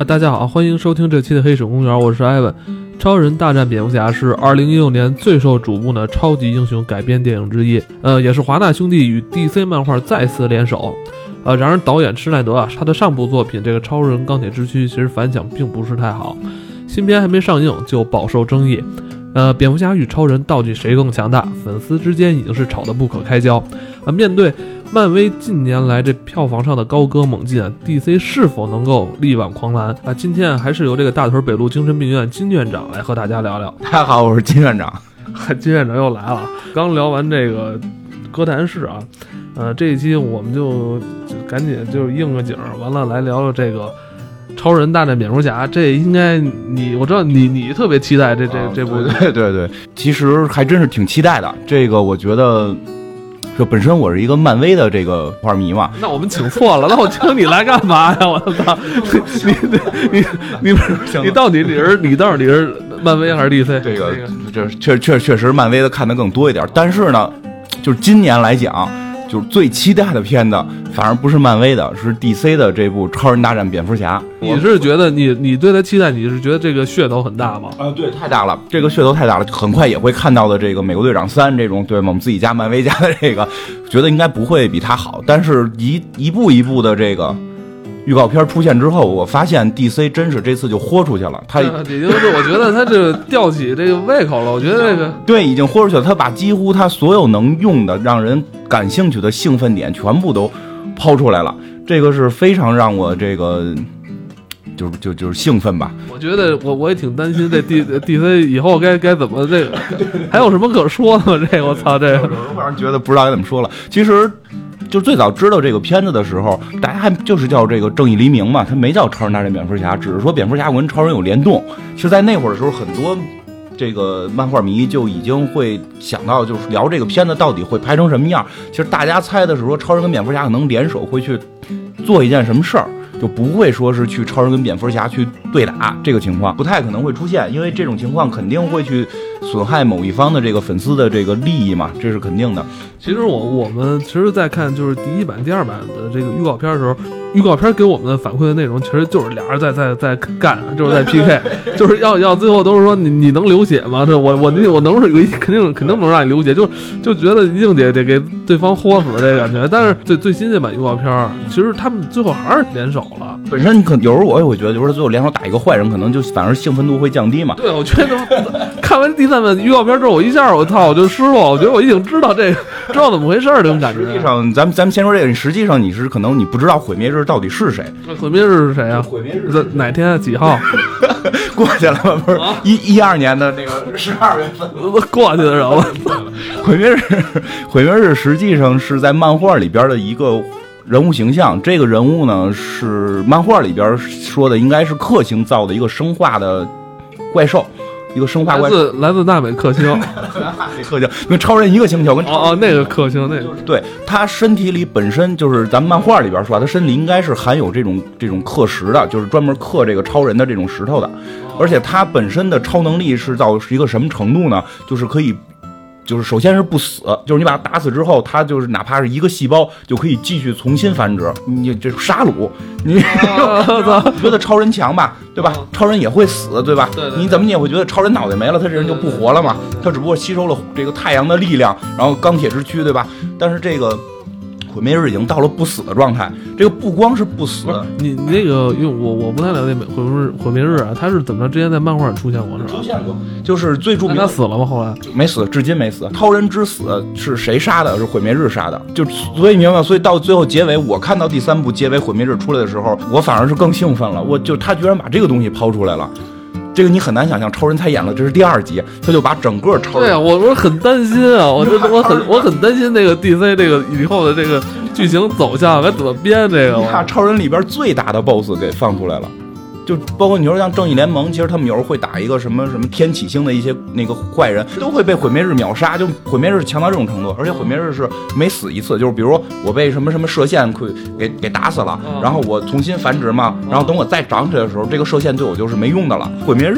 大家好，欢迎收听这期的黑水公园，我是艾文。超人大战蝙蝠侠是2016年最受瞩目的超级英雄改编电影之一，也是华纳兄弟与 DC 漫画再次联手。然而导演施耐德他的上部作品这个超人钢铁之躯其实反响并不是太好，新片还没上映就饱受争议。蝙蝠侠与超人到底谁更强大？粉丝之间已经是吵得不可开交。面对漫威近年来这票房上的高歌猛进，DC 是否能够力挽狂澜今天还是由这个大屯北路精神病院金院长来和大家聊聊。 大家好，我是金院长。 金院长又来了，刚聊完这个歌坛室这一期我们就赶紧就应个景，完了来聊聊这个超人大战蝙蝠侠。这应该我知道你特别期待这部。 对，其实还真是挺期待的。这个我觉得就本身我是一个漫威的这个画迷嘛。 那我们请错了，那我请你来干嘛呀？我操！你到底你是漫威还是 DC？ 这个确实漫威的看得更多一点，但是呢，就是今年来讲，就是最期待的片子反而不是漫威的，是 DC 的这部《超人大战蝙蝠侠》。 你是觉得你对他期待，你是觉得这个噱头很大吗？ 对，太大了，这个噱头太大了，很快也会看到的这个美国队长3这种，对吗？我们自己家漫威家的这个，觉得应该不会比他好，但是一步一步的这个预告片出现之后，我发现 DC 真是这次就豁出去了。他已经是我觉得他这吊起这个胃口了。我觉得这个对已经豁出去了，他把几乎他所有能用的让人感兴趣的兴奋点全部都抛出来了，这个是非常让我这个就是兴奋吧。 我觉得我也挺担心这 DC 以后该怎么这个还有什么可说的吗？这个我操，这个我让人觉得不知道该怎么说了。其实就最早知道这个片子的时候，大家还就是叫这个正义黎明嘛，他没叫超人大战蝙蝠侠，只是说蝙蝠侠跟超人有联动。其实在那会儿的时候，很多这个漫画迷就已经会想到，就是聊这个片子到底会拍成什么样。其实大家猜的是说，超人跟蝙蝠侠可能联手会去做一件什么事儿，就不会说是去超人跟蝙蝠侠去对打，这个情况不太可能会出现，因为这种情况肯定会去损害某一方的这个粉丝的这个利益嘛，这是肯定的。 其实我们其实在看就是第一版、第二版的这个预告片的时候，预告片给我们的反馈的内容其实就是俩人在干，就是在 PK， 就是要最后都是说你能流血吗？这我能是肯定能让你流血，就觉得一定得给对方豁死这个感觉。但是最新这版预告片，其实他们最后还是联手了。 本身有时候我也会觉得，就是最后联手打一个坏人，可能就反而兴奋度会降低嘛。 对，我觉得看完第3版预告片之后，我一下我就失落，我觉得我已经知道怎么回事这种感觉。 实际上，咱们先说这个，实际上你是可能你不知道毁灭日到底是谁。 毁灭日是谁啊？ 毁灭日在哪天几号？ 过去了吗？不是12年的那个12月份过去的人了。 毁灭日实际上是在漫画里边的一个人物形象，这个人物呢是漫画里边说的应该是克星造的一个生化的怪兽，一个生化怪兽来自纳美克星， 克星跟超人一个星球，跟那个克星那个对，他身体里本身就是咱们漫画里边说他身体应该是含有这种刻石的，就是专门刻这个超人的这种石头的，而且他本身的超能力是到一个什么程度呢？就是可以。就是首先是不死，就是你把它打死之后，它就是哪怕是一个细胞就可以继续重新繁殖。你这杀戮，你觉得超人强吧，对吧？超人也会死，对吧？ 对， 你怎么你也会觉得超人脑袋没了，他这人就不活了嘛？他只不过吸收了这个太阳的力量，然后钢铁之躯，对吧？但是这个毁灭日已经到了不死的状态，这个不光是不死， 你那个因为我不太了解毁灭日他是怎么着？之前在漫画上出现过是吧？ 出现过，就是最著名的。 他死了吗？后来没死，至今没死。超人之死是谁杀的？是毁灭日杀的。就所以明白，所以到最后结尾，我看到第3部结尾毁灭日出来的时候，我反而是更兴奋了。他居然把这个东西抛出来了。这个你很难想象，超人才演了，这是第2集，他就把整个超人。 对啊，我很担心啊，我很担心那个 DC 这个以后的这个剧情走向该怎么编这个。 你看超人里边最大的 BOSS 给放出来了。就包括你说像正义联盟，其实他们有时候会打一个什么天启星的一些那个坏人，都会被毁灭日秒杀。就毁灭日强到这种程度，而且毁灭日是每死一次，就是比如说我被什么射线给打死了，然后我重新繁殖嘛，然后等我再长起来的时候，这个射线对我就是没用的了。毁灭日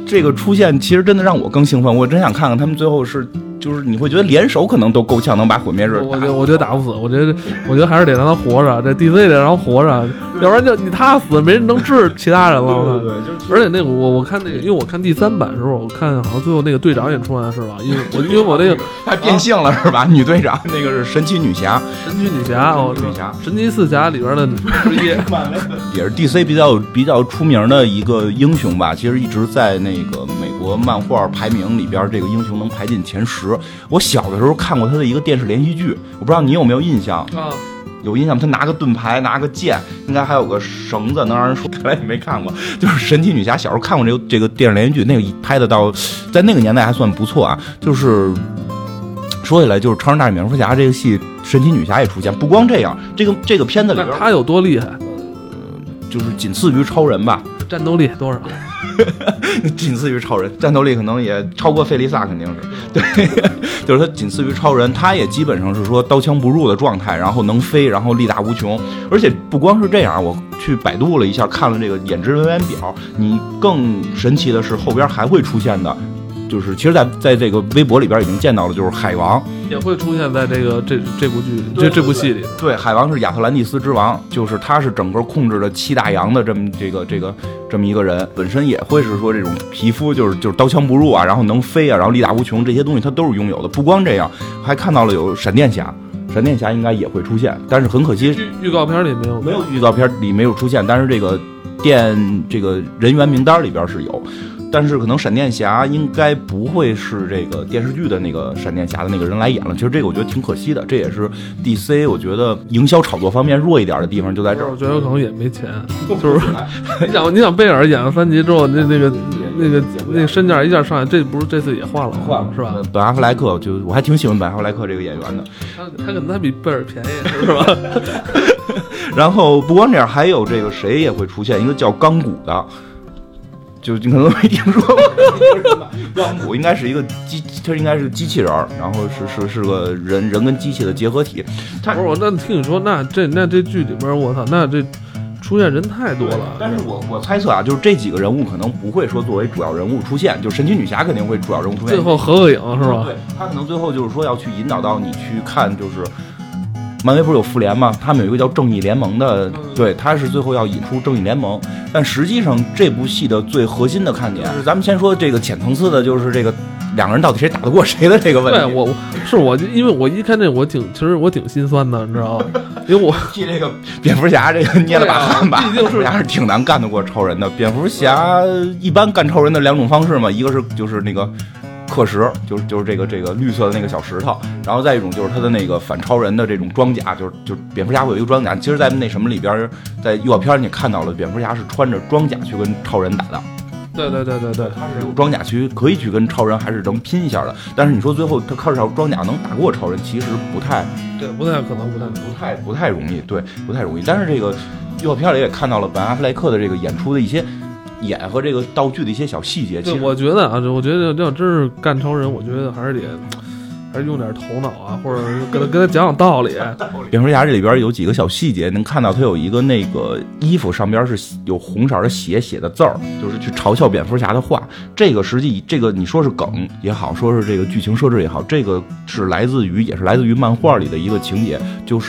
这个出现其实真的让我更兴奋，我真想看看他们最后是。就是你会觉得联手可能都够呛能把毁灭日打死， 我觉得打不死，我觉得还是得让他活着，这 DC 得让他活着，要不然就他死没人能治其他人了。 对， 而且那个我看那个，因为我看第3版的时候，我看好像最后那个队长也出来是吧？因为我那个还变性了是吧？女队长那个是神奇女侠， 神奇女侠哦， 女侠， 神奇四侠里边的之一， 也是 DC 比较出名的一个英雄吧。其实一直在那个美国漫画排名里边，这个英雄能排进前10。我小的时候看过他的一个电视连续剧，我不知道你有没有印象啊？ 有印象，他拿个盾牌，拿个剑，应该还有个绳子，能让人说。看来你没看过，就是神奇女侠。小时候看过这个电视连续剧，那个拍的到在那个年代还算不错啊。就是说起来，就是《超人大战蝙蝠侠》这个戏，神奇女侠也出现。不光这样，这个片子里边， 他有多厉害？ 就是仅次于超人吧。 战斗力多少？ 仅次于超人，战斗力可能也超过费利萨，肯定是对，就是他仅次于超人，他也基本上是说刀枪不入的状态，然后能飞，然后力大无穷。而且不光是这样，我去百度了一下，看了这个演职人员表，你更神奇的是后边还会出现的。就是其实在这个微博里边已经见到了，就是海王也会出现在这部剧里，这部戏里。 对，海王是亚特兰蒂斯之王，就是他是整个控制了7大洋的这么一个人，本身也会是说这种皮肤就是刀枪不入啊，然后能飞啊，然后力大无穷，这些东西他都是拥有的。不光这样，还看到了有闪电侠应该也会出现，但是很可惜预告片里没有预告片里没有出现，但是这个人员名单里边是有。但是可能闪电侠应该不会是这个电视剧的那个闪电侠的那个人来演了，其实这个我觉得挺可惜的，这也是 DC 我觉得营销炒作方面弱一点的地方就在这儿。 我觉得可能也没钱，就是你想贝尔演了3集之后，那个身价一下上来，这不是这次也换了是吧？ 本阿弗莱克我还挺喜欢本阿弗莱克这个演员的， 他可能他比贝尔便宜是吧？ 然后不光这样，还有这个谁也会出现一个叫钢骨的。就你可能没听说过，钢骨应该是一个它应该是机器人，然后是个人跟机器的结合体。 不是我那听你说，那这剧里边，我操，那这出现人太多了。 但是我猜测啊，就是这几个人物可能不会说作为主要人物出现，就神奇女侠肯定会主要人物出现， 最后合个影是吧？ 对，他可能最后就是说要去引导到你去看，就是。漫威不是有复联吗？他们有一个叫正义联盟的，对，他是最后要引出正义联盟。但实际上这部戏的最核心的看点是，咱们先说这个浅层次的，就是这个两个人到底谁打得过谁的这个问题。 对，因为我一看这其实我挺心酸的，你知道吗？因为我替这个蝙蝠侠这个捏了把汗吧，毕竟是俩是挺难干得过超人的。蝙蝠侠一般干超人的2种方式嘛，一个是就是那个。刻石就是这个绿色的那个小石头，然后再一种就是他的那个反超人的这种装甲，就是蝙蝠侠会有一个装甲。其实，在那什么里边，在预告片你看到了，蝙蝠侠是穿着装甲去跟超人打的。 对， 他是有装甲可以去跟超人还是能拼一下的。但是你说最后他靠着装甲能打过超人，其实不太可能， 不太容易，对，不太容易。但是这个预告片里也看到了本阿弗莱克的这个演出的一些。演和这个道具的一些小细节， 对，我觉得要真是干超人，我觉得还是用点头脑啊，或者跟他讲道理。 蝙蝠侠这里边有几个小细节，能看到他有一个那个衣服上边是有红色的写的字儿，就是去嘲笑蝙蝠侠的话。这个实际这个你说是梗也好，说是这个剧情设置也好，这个是也是来自于漫画里的一个情节，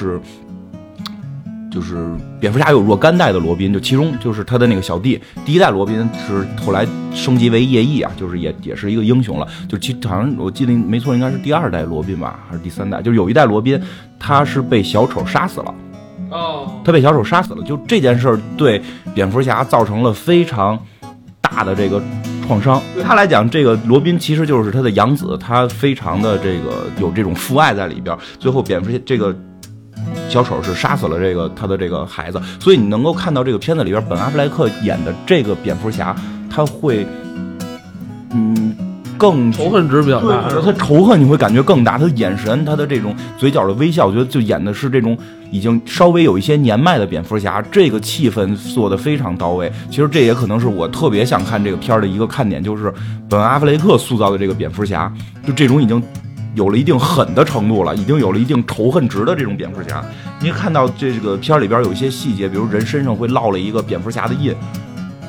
就是蝙蝠侠有若干代的罗宾，就其中就是他的那个小弟，第一代罗宾是后来升级为夜翼啊，就是也是一个英雄了。就好像我记得没错，应该是第2代罗宾吧，还是第3代？就是有一代罗宾，他是被小丑杀死了。他被小丑杀死了，就这件事儿对蝙蝠侠造成了非常大的这个创伤。对他来讲，这个罗宾其实就是他的养子，他非常的这个有这种父爱在里边。最后蝙蝠侠这个。小丑是杀死了他的这个孩子，所以你能够看到这个片子里边本阿弗莱克演的这个蝙蝠侠，他会更仇恨值比较大， 他仇恨你会感觉更大，他的眼神，他的这种嘴角的微笑，我觉得就演的是这种已经稍微有一些年迈的蝙蝠侠，这个气氛做得非常到位。其实这也可能是我特别想看这个片的一个看点，就是本阿弗雷克塑造的这个蝙蝠侠，就这种已经有了一定狠的程度了，已经有了一定仇恨值的这种蝙蝠侠。你看到这个片里边有一些细节，比如人身上会烙了一个蝙蝠侠的印，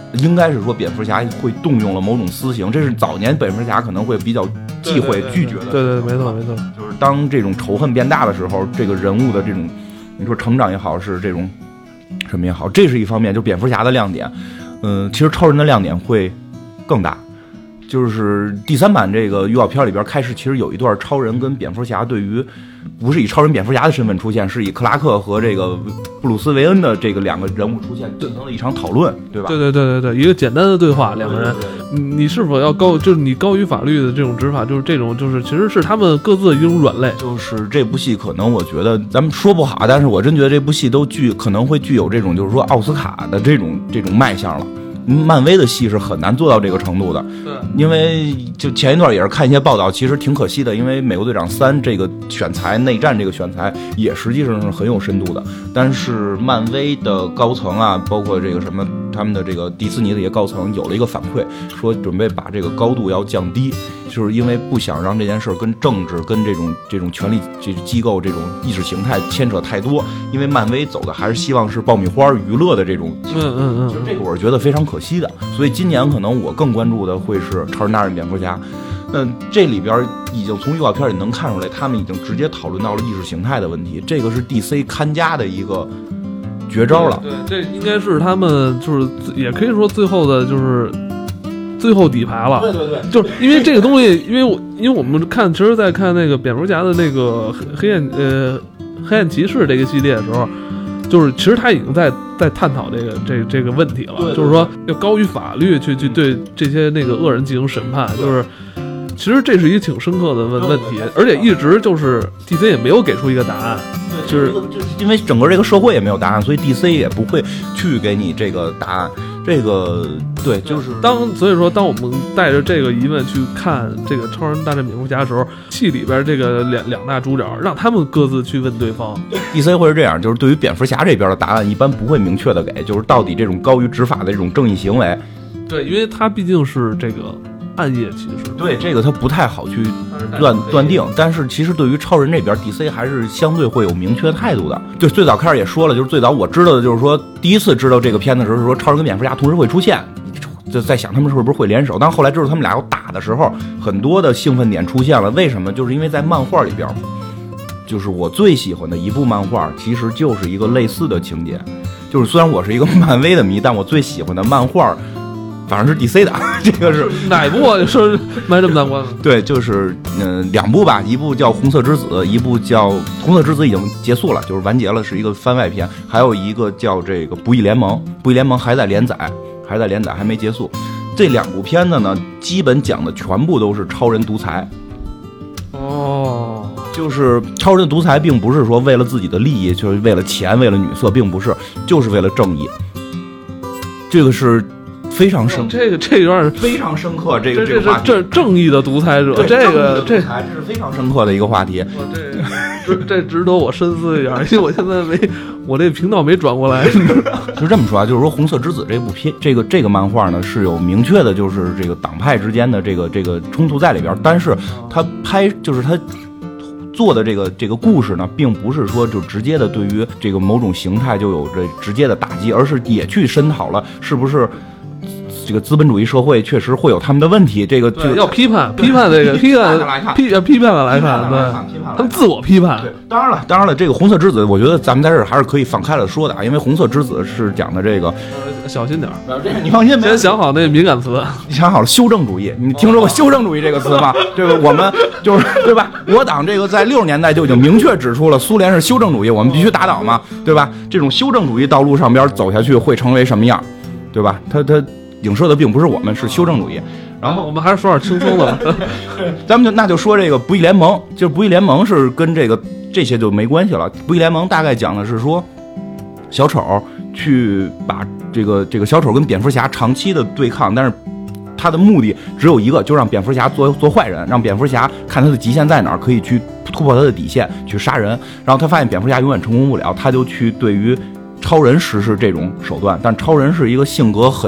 应该是说蝙蝠侠会动用了某种私刑，这是早年蝙蝠侠可能会比较忌讳拒绝的。 对，没错。 就是当这种仇恨变大的时候，这个人物的这种你说成长也好，是这种什么也好，这是一方面，就蝙蝠侠的亮点。其实超人的亮点会更大。就是第3版这个预告片里边开始其实有一段超人跟蝙蝠侠对于不是以超人蝙蝠侠的身份出现，是以克拉克和这个布鲁斯韦恩的这个2个人物出现进行了一场讨论，对吧？ 对，一个简单的对话，2个人，你是否要就是你高于法律的这种执法，就是这种就是其实是他们各自的一种软肋。 就是这部戏可能我觉得咱们说不好，但是我真觉得这部戏都可能会具有这种就是说奥斯卡的这种卖相了。漫威的戏是很难做到这个程度的， 对， 因为就前一段也是看一些报道，其实挺可惜的，因为美国队长3这个选材内战这个选材也实际上是很有深度的，但是漫威的高层啊，包括这个什么他们的这个迪士尼的一些高层有了一个反馈，说准备把这个高度要降低，就是因为不想让这件事跟政治跟这种权力这机构这种意识形态牵扯太多，因为漫威走的还是希望是爆米花娱乐的这种，就这个我是觉得非常可惜的，所以今年可能我更关注的会是超人大战蝙蝠侠。这里边已经从预告片里能看出来，他们已经直接讨论到了意识形态的问题，这个是 DC 看家的一个绝招了。 对，这应该是他们就是也可以说最后的就是最后底牌了。 对， 就是因为这个东西，因为我们看，其实在看那个蝙蝠侠的那个黑暗骑士这个系列的时候，就是其实他已经在探讨这个问题了， 对， 就是说要高于法律去对这些那个恶人进行审判，就是其实这是一个挺深刻的问题，而且一直就是 DC 也没有给出一个答案，就是因为整个这个社会也没有答案，所以 DC 也不会去给你这个答案。这个对，就是所以说，当我们带着这个疑问去看这个超人大战蝙蝠侠的时候，戏里边这个两大主角，让他们各自去问对方。 DC 会是这样，就是对于蝙蝠侠这边的答案，一般不会明确的给，就是到底这种高于执法的这种正义行为。 对，因为他毕竟是这个暗夜骑士， 对这个他不太好去断定，但是其实对于超人这边 DC 还是相对会有明确态度的。就最早开始也说了，就是最早我知道的就是说第一次知道这个片子的时候，说超人跟蝙蝠侠同时会出现，就在想他们是不是会联手，但后来知道他们俩要打的时候，很多的兴奋点出现了。为什么？就是因为在漫画里边，就是我最喜欢的一部漫画其实就是一个类似的情节，就是虽然我是一个漫威的迷，但我最喜欢的漫画反正是 DC 的，这个是哪部啊？说卖这么大关子？ 对，就是2部吧，一部叫《红色之子》，一部叫《红色之子》已经结束了，就是完结了，是一个番外篇，还有一个叫这个《不义联盟》，《不义联盟》还在连载，还没结束。这2部片子呢，基本讲的全部都是超人独裁。 哦， 就是超人的独裁，并不是说为了自己的利益，就是为了钱，为了女色，并不是，就是为了正义。这个是非常深， 这有点非常深刻。这个话题， 这正义的独裁者，这是非常深刻的一个话题。 这值得我深思一下，因为我现在我这频道没转过来。 就这么说啊，就是说《红色之子》这部片，这个漫画呢是有明确的，就是这个党派之间的这个冲突在里边，但是他就是他做的这个故事呢，并不是说就直接的对于这个某种形态就有这直接的打击，而是也去深讨了是不是这个资本主义社会确实会有他们的问题。这个要批判这个批判的来看，对，他们自我批判。 对，当然了，这个红色之子，我觉得咱们在这儿还是可以放开了说的啊，因为红色之子是讲的这个小心点你放心， 先想好那敏感词。 你想好了，修正主义，你听说过修正主义这个词吗？这个我们就是对吧？我党这个在60年代就已经明确指出了，苏联是修正主义，我们必须打倒嘛，对吧？这种修正主义道路上边走下去会成为什么样，对吧？它影射的并不是我们，是修正主义。然后我们还是说点轻松的吧。 咱们就说这个不义联盟，就是不义联盟是跟这些就没关系了。不义联盟大概讲的是说，小丑去把这个小丑跟蝙蝠侠长期的对抗，但是他的目的只有一个，就让蝙蝠侠做坏人，让蝙蝠侠看他的极限在哪儿，可以去突破他的底线去杀人。然后他发现蝙蝠侠永远成功不了，他就去对于超人实施这种手段，但超人是一个性格很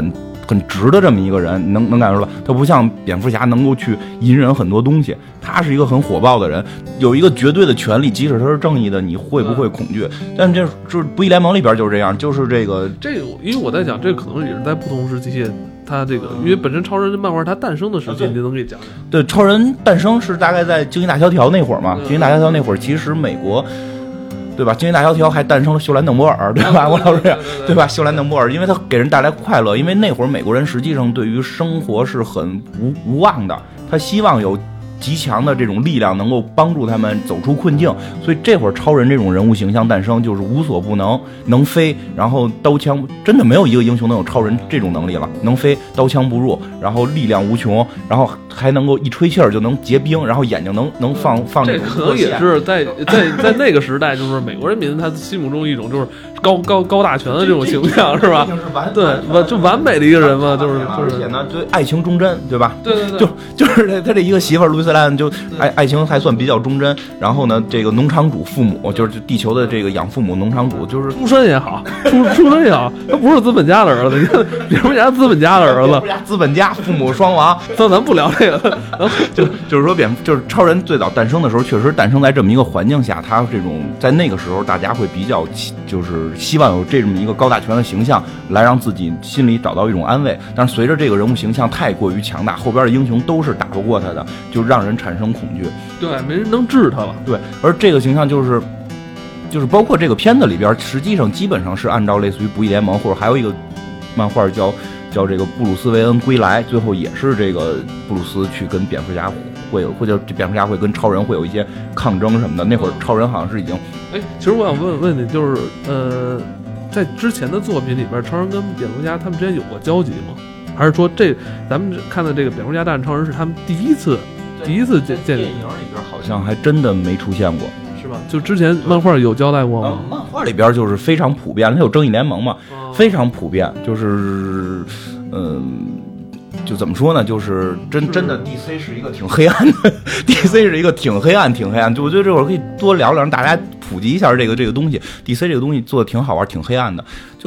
很直的这么一个人，能感受到他不像蝙蝠侠能够去隐忍很多东西，他是一个很火爆的人，有一个绝对的权利，即使他是正义的，你会不会恐惧？但这就是不义联盟里边就是这样，就是这个， 因为我在讲这个可能也是在不同时期。他这个，因为本身超人漫画它诞生的时期，你就能给讲讲。 对，超人诞生是大概在经济大萧条那会儿嘛。经济大萧条那会儿，其实美国，对吧？经济大萧条还诞生了休兰邓波尔，对吧？我老是这样，对吧？休兰邓波尔，因为他给人带来快乐，因为那会儿美国人实际上对于生活是很无望的，他希望有极强的这种力量能够帮助他们走出困境，所以这会儿超人这种人物形象诞生，就是无所不能，能飞，然后刀枪，真的没有一个英雄能有超人这种能力了，能飞，刀枪不入，然后力量无穷，然后还能够一吹气儿就能结冰，然后眼睛能放这可能也是在那个时代，就是美国人民他心目中一种就是高大全的这种形象，是吧？对，就完美的一个人嘛，就是而且呢，对爱情忠贞，对吧？ 对， 就是他这一个媳妇儿路易斯兰就爱情还算比较忠贞，然后呢，这个农场主父母就是地球的这个养父母农场主，就是出身也好，出身也好，他不是资本家的儿子，你看蝙蝠侠资本家的儿子， 资本家父母双亡， 咱不聊这个， 就是说就是超人最早诞生的时候，确实诞生在这么一个环境下，他这种在那个时候大家会比较就是希望有这么一个高大全的形象来让自己心里找到一种安慰，但是随着这个人物形象太过于强大，后边的英雄都是打不过他的，就让人产生恐惧， 对，没人能治他了。 对，而这个形象就是包括这个片子里边，实际上基本上是按照类似于不义联盟，或者还有一个漫画叫这个布鲁斯韦恩归来，最后也是这个布鲁斯去跟蝙蝠侠会蝙蝠侠会跟超人会有一些抗争什么的。那会儿超人好像是已经， 其实我想问你，就是在之前的作品里边，超人跟蝙蝠侠他们之间有过交集吗？还是说咱们看的这个蝙蝠侠大战超人是他们第一次见面？ 电影里边好像还真的没出现过， 是吧？就之前漫画有交代过吗？ 漫画里边就是非常普遍，它有正义联盟嘛，非常普遍，就是就怎么说呢？就是真的 DC 是一个挺黑暗的，DC 是一个挺黑暗。就我觉得这会儿可以多聊聊，让大家普及一下这个东西。DC 这个东西做的挺好玩，挺黑暗的。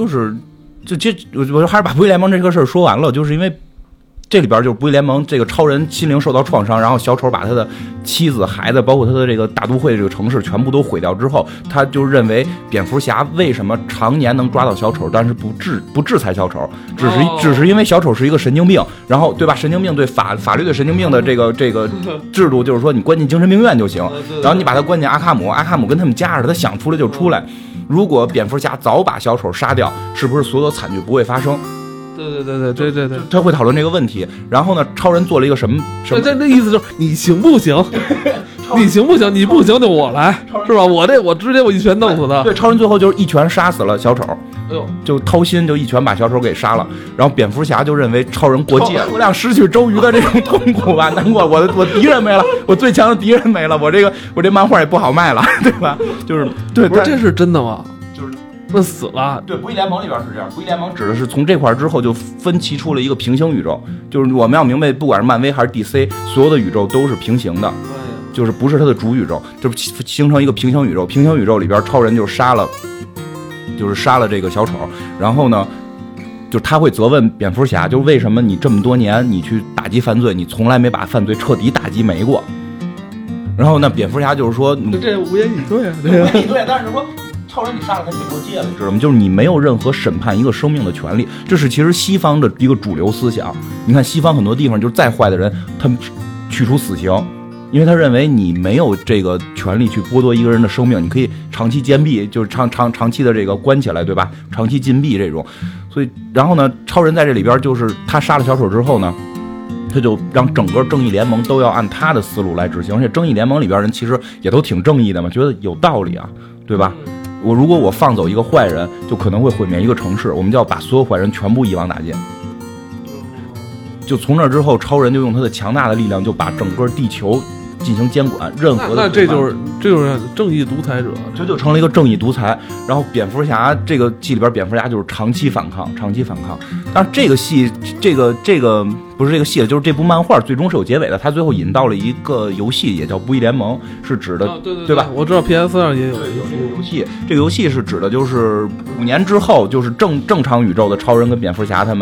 我还是把不义联盟这个事儿说完了，就是因为这里边就是不义联盟这个超人心灵受到创伤，然后小丑把他的妻子、孩子，包括他的这个大都会这个城市全部都毁掉之后，他就认为蝙蝠侠为什么常年能抓到小丑，但是不制裁小丑，只是因为小丑是一个神经病，然后对吧？神经病对法律对神经病的这个制度就是说你关进精神病院就行，然后你把他关进阿卡姆跟他们家似的，他想出来就出来。如果蝙蝠侠早把小丑杀掉，是不是所有惨剧不会发生？ 对， 他会讨论这个问题。然后呢，超人做了一个什么？ 这意思就是你行不行？你行不行？你不行就我来，是吧？我直接一拳弄死他。 对，超人最后就是一拳杀死了小丑。就掏心就一拳把小丑给杀了，然后蝙蝠侠就认为超人过界，我俩失去周瑜的这种痛苦吧，难过，我敌人没了，我最强的敌人没了，我这漫画也不好卖了，对吧？就是对， 不是这是真的吗？就是那死了。 对，不义联盟里边是这样，不义联盟指的是从这块之后就分歧出了一个平行宇宙，就是我们要明白，不管是漫威还是 DC， 所有的宇宙都是平行的。就是不是它的主宇宙，就是形成一个平行宇宙。平行宇宙里边，超人就杀了这个小丑，然后呢，就他会责问蝙蝠侠，就是为什么你这么多年你去打击犯罪，你从来没把犯罪彻底打击没过。然后呢，蝙蝠侠就是说， 这无言以对啊， 无言以对，但是说。超人，你杀了他，你过界了，你知道吗？就是你没有任何审判一个生命的权利，这是其实西方的一个主流思想。你看西方很多地方，就是再坏的人，他们去除死刑，因为他认为你没有这个权利去剥夺一个人的生命，你可以长期监闭，就是长期的这个关起来，对吧？长期禁闭这种。所以，然后呢，超人在这里边就是他杀了小丑之后呢，他就让整个正义联盟都要按他的思路来执行，而且正义联盟里边人其实也都挺正义的嘛，觉得有道理啊，对吧？如果我放走一个坏人，就可能会毁灭一个城市，我们就要把所有坏人全部一网打尽。就从那之后，超人就用他的强大的力量，就把整个地球进行监管，任何的那这就是正义独裁者， 这就成了一个正义独裁。然后蝙蝠侠这个戏里边，蝙蝠侠就是长期反抗。但是这个戏，这个不是这个戏，就是这部漫画最终是有结尾的。他最后引到了一个游戏，也叫不义联盟，是指的，对吧？ 我知道 PS 上也有游戏。这个游戏是指的就是5年之后，就是正常宇宙的超人跟蝙蝠侠他们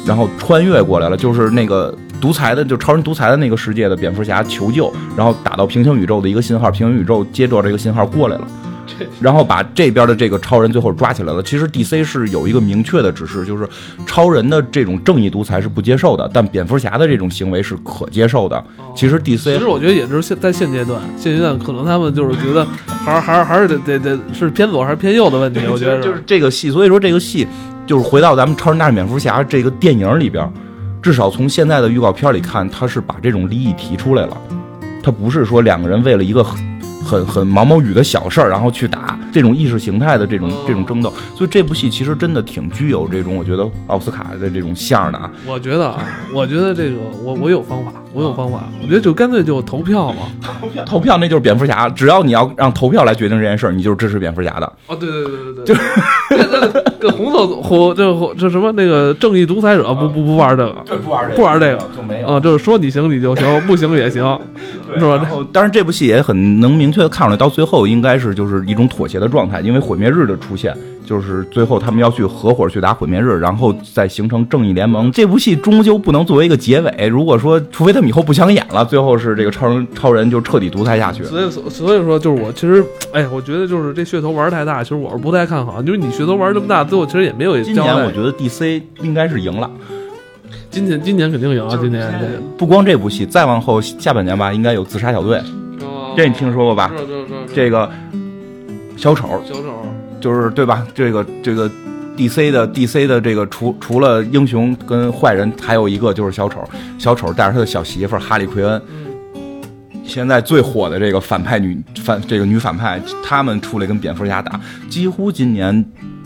然后穿越过来了，就是那个独裁的，就超人独裁的那个世界的蝙蝠侠求救，然后打到平行宇宙的一个信号，平行宇宙接着这个信号过来了，然后把这边的这个超人最后抓起来了。其实 DC 是有一个明确的指示，就是超人的这种正义独裁是不接受的，但蝙蝠侠的这种行为是可接受的。其实 DC 其实我觉得也是在现阶段可能他们就是觉得还是得是偏左还是偏右的问题。我觉得就是这个戏，所以说这个戏就是回到咱们超人大战蝙蝠侠这个电影里边，至少从现在的预告片里看，他是把这种利益提出来了，他不是说两个人为了一个很毛毛雨的小事儿，然后去打这种意识形态的这种争斗，所以这部戏其实真的挺具有这种我觉得奥斯卡的这种相的啊。 我觉得这个我有方法，我觉得就干脆就投票嘛， 投票那就是蝙蝠侠，只要你要让投票来决定这件事儿，你就是支持蝙蝠侠的。 哦，对，就是这这什么那个正义独裁者不玩这个，不玩这个就没有啊，就是说你行你就行，不行也行，是吧？ 然后当然这部戏也很能明确的看出来，到最后应该是就是一种妥协的状态，因为毁灭日的出现，就是最后他们要去合伙去打毁灭日，然后再形成正义联盟。这部戏终究不能作为一个结尾，如果说除非他们以后不想演了，最后是这个超人就彻底独裁下去。 所以说就是我其实我觉得就是这噱头玩太大，其实我是不太看好，因为你噱头玩这么大，最后其实也没有交代。 今年我觉得 DC 应该是赢了。 今年肯定赢啊！今年不光这部戏，再往后下半年吧，应该有自杀小队，这你听说过吧？这个小丑就是对吧？这个 DC 的这个除了英雄跟坏人，还有一个就是小丑带着他的小媳妇哈利奎恩。现在最火的这个女反派，他们出来跟蝙蝠侠打，几乎今年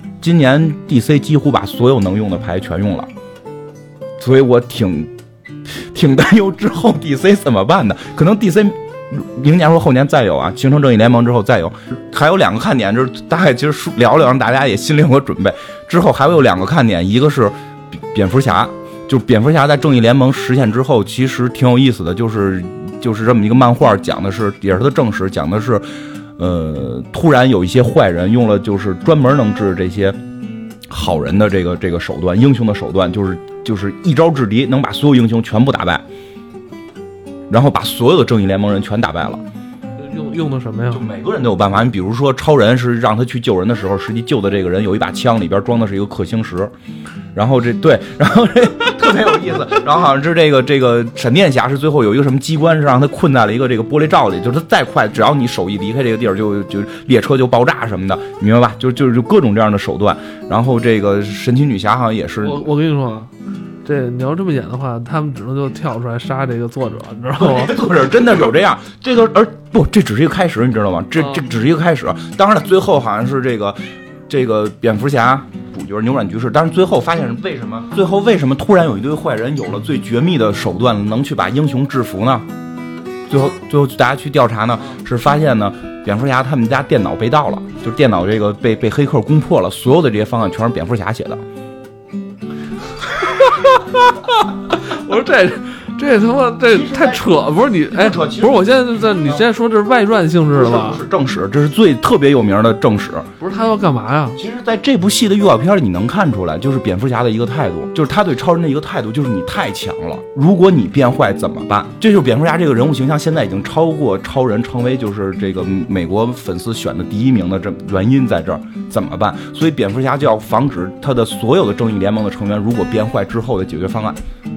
DC 几乎把所有能用的牌全用了。所以我挺担忧之后 DC 怎么办的，可能 DC 明年或后年再有啊，形成正义联盟之后再有，还有两个看点，就是大概其实聊聊让大家也心里有个准备。之后还会有两个看点，一个是蝙蝠侠，就蝙蝠侠在正义联盟实现之后，其实挺有意思的，就是这么一个漫画，讲的是也是他的正史，讲的是突然有一些坏人用了就是专门能治这些好人的这个手段，英雄的手段，就是一招制敌，能把所有英雄全部打败，然后把所有的正义联盟人全打败了。 用的什么呀？ 就每个人都有办法。你比如说超人是让他去救人的时候，实际救的这个人有一把枪，里边装的是一个氪星石，然后这特别有意思。然后好像是这个闪电侠是最后有一个什么机关是让他困在了一个这个玻璃罩里，就是他再快，只要你手一离开这个地儿，就列车就爆炸什么的，明白吧？就各种这样的手段。然后这个神奇女侠好像也是， 我跟你说。这你要这么演的话，他们只能就跳出来杀这个作者，你知道吗？ 作者真的有这样，这只是一个开始，你知道吗？这只是一个开始。当然了，最后好像是这个蝙蝠侠主角扭转局势，但是最后发现为什么突然有一堆坏人有了最绝密的手段，能去把英雄制服呢？最后大家去调查呢，是发现呢，蝙蝠侠他们家电脑被盗了，就是电脑这个被黑客攻破了，所有的这些方案全是蝙蝠侠写的。 我说这他妈这太扯，不是你不是我现在你现在说这是外传性质的吧？ 是正史，这是特别有名的正史。 不是他要干嘛呀？ 其实在这部戏的预告片里你能看出来，就是蝙蝠侠的一个态度，就是他对超人的一个态度，就是你太强了，如果你变坏怎么办？这就是蝙蝠侠这个人物形象现在已经超过超人，成为就是这个美国粉丝选的第一名的这原因在这儿，怎么办？所以蝙蝠侠就要防止他的所有的正义联盟的成员如果变坏之后的解决方案。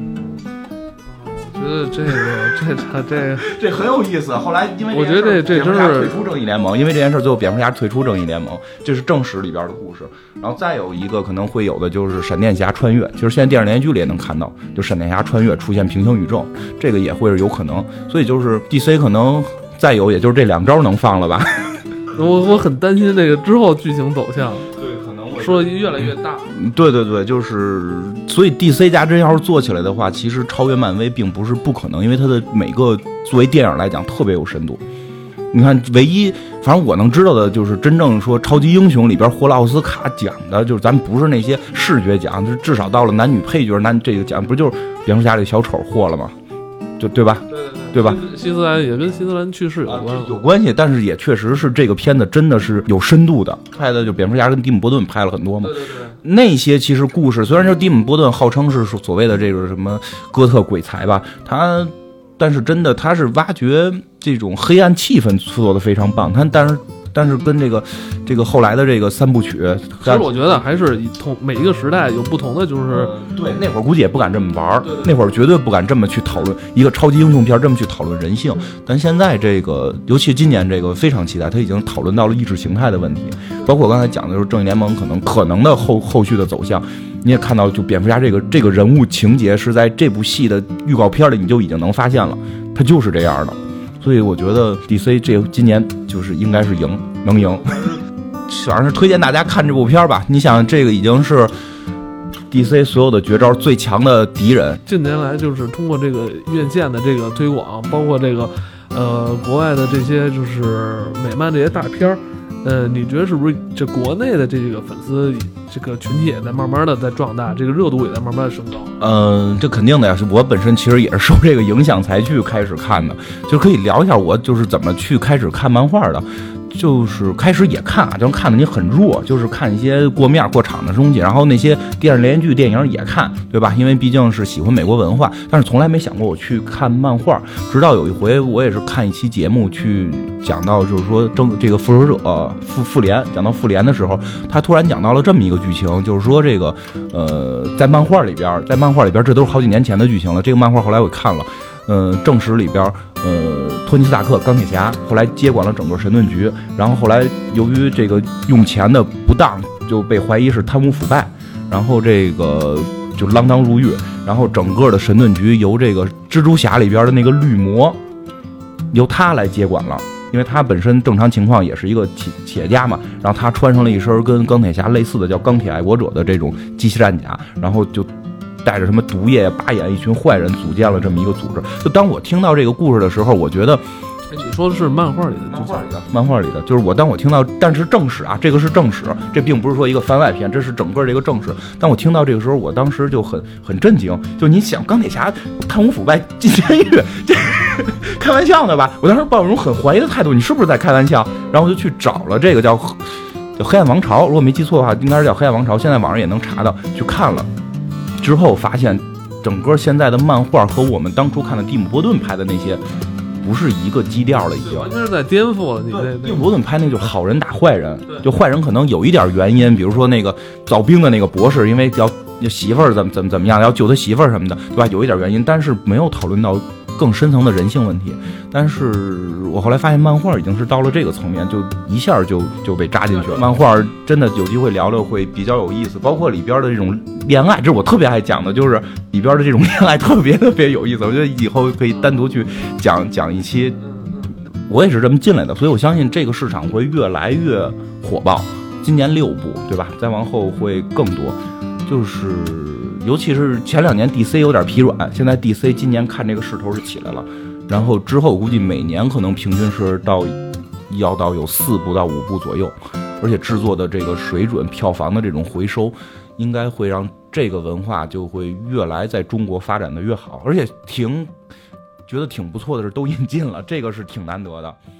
我觉得这很有意思。后来因为我觉得这真是退出正义联盟，因为这件事最后蝙蝠侠退出正义联盟，这是正史里边的故事。然后再有一个可能会有的就是闪电侠穿越，其实现在电视连续剧里也能看到，就闪电侠穿越出现平行宇宙，这个也会是有可能。所以就是 DC 可能再有也就是这两招能放了吧。 我很担心这个之后剧情走向。说越来越大， 对，就是所以 DC 家真要是做起来的话，其实超越漫威并不是不可能，因为它的每个作为电影来讲特别有深度。你看，唯一反正我能知道的就是真正说超级英雄里边获了奥斯卡奖的，就是咱不是那些视觉奖，就至少到了男女配角这个奖，不就是蝙蝠侠里小丑获了吗？对吧？对吧？ 希斯兰也跟希斯兰去世有关系，但是也确实是这个片子真的是有深度的，拍的就蝙蝠侠跟蒂姆·波顿拍了很多嘛。 那些其实故事，虽然说蒂姆·波顿号称是所谓的这个什么哥特鬼才吧，但是真的他是挖掘这种黑暗气氛做得非常棒。但是跟这个后来的这个三部曲， 其实我觉得还是每一个时代有不同的，就是对那会儿估计也不敢这么玩，那会儿绝对不敢这么去讨论一个超级英雄片，这么去讨论人性。但现在这个，尤其今年这个非常期待，他已经讨论到了意识形态的问题，包括我刚才讲的就是正义联盟可能的后续的走向。你也看到，就蝙蝠侠这个人物情节是在这部戏的预告片里你就已经能发现了，他就是这样的。所以我觉得 DC 今年就是应该是能赢，反正是推荐大家看这部片吧。你想，这个已经是 DC 所有的绝招最强的敌人。 近年来就是通过这个院线的这个推广，包括这个国外的这些就是美漫这些大片你觉得是不是这国内的这个粉丝这个群体也在慢慢的在壮大，这个热度也在慢慢的升高？ 这肯定的呀。我本身其实也是受这个影响才去开始看的，就可以聊一下我就是怎么去开始看漫画的。就是开始也看啊，就是看的你很弱，就是看一些过场的东西，然后那些电视连续剧、电影也看，对吧？因为毕竟是喜欢美国文化，但是从来没想过我去看漫画。直到有一回，我也是看一期节目去讲到，就是说这个复仇者复联，讲到复联的时候，他突然讲到了这么一个剧情，就是说这个在漫画里边，这都是好几年前的剧情了。这个漫画后来我看了。正史里边，托尼斯塔克钢铁侠后来接管了整个神盾局，然后后来由于这个用钱的不当，就被怀疑是贪污腐败，然后这个就锒铛入狱，然后整个的神盾局由这个蜘蛛侠里边的那个绿魔，由他来接管了。因为他本身正常情况也是一个企业家嘛，然后他穿上了一身跟钢铁侠类似的叫钢铁爱国者的这种机器战甲，然后就带着什么毒液、八眼一群坏人组建了这么一个组织。就当我听到这个故事的时候，我觉得， 你说的是漫画里的， 漫画里的，就是当我听到，但是正史啊，这个是正史，这并不是说一个番外篇，这是整个这个正史。当我听到这个时候，我当时就很震惊。就你想，钢铁侠贪污腐败进监狱，这开玩笑呢吧？我当时抱有一种很怀疑的态度，你是不是在开玩笑？然后我就去找了这个叫黑暗王朝，如果没记错的话，应该是叫黑暗王朝，现在网上也能查到，去看了。之后发现，整个现在的漫画和我们当初看的蒂姆·波顿拍的那些不是一个基调了，已经完全是在颠覆了你这。 蒂姆·波顿拍那个就是好人打坏人，就坏人可能有一点原因，比如说那个造兵的那个博士，因为要媳妇儿怎么样，要救他媳妇儿什么的，对吧？有一点原因，但是没有讨论到更深层的人性问题。但是我后来发现漫画已经是到了这个层面，就一下就被扎进去了。漫画真的有机会聊聊会比较有意思，包括里边的这种恋爱，这是我特别爱讲的，就是里边的这种恋爱特别有意思。我觉得以后可以单独去讲一期。我也是这么进来的，所以我相信这个市场会越来越火爆。今年6部，对吧？再往后会更多。就是尤其是前2年 DC 有点疲软，现在 DC 今年看这个势头是起来了。然后之后估计每年可能平均是要到有4部到5部左右，而且制作的这个水准、票房的这种回收，应该会让这个文化就会越来在中国发展的越好，而且觉得挺不错的是都引进了，这个是挺难得的。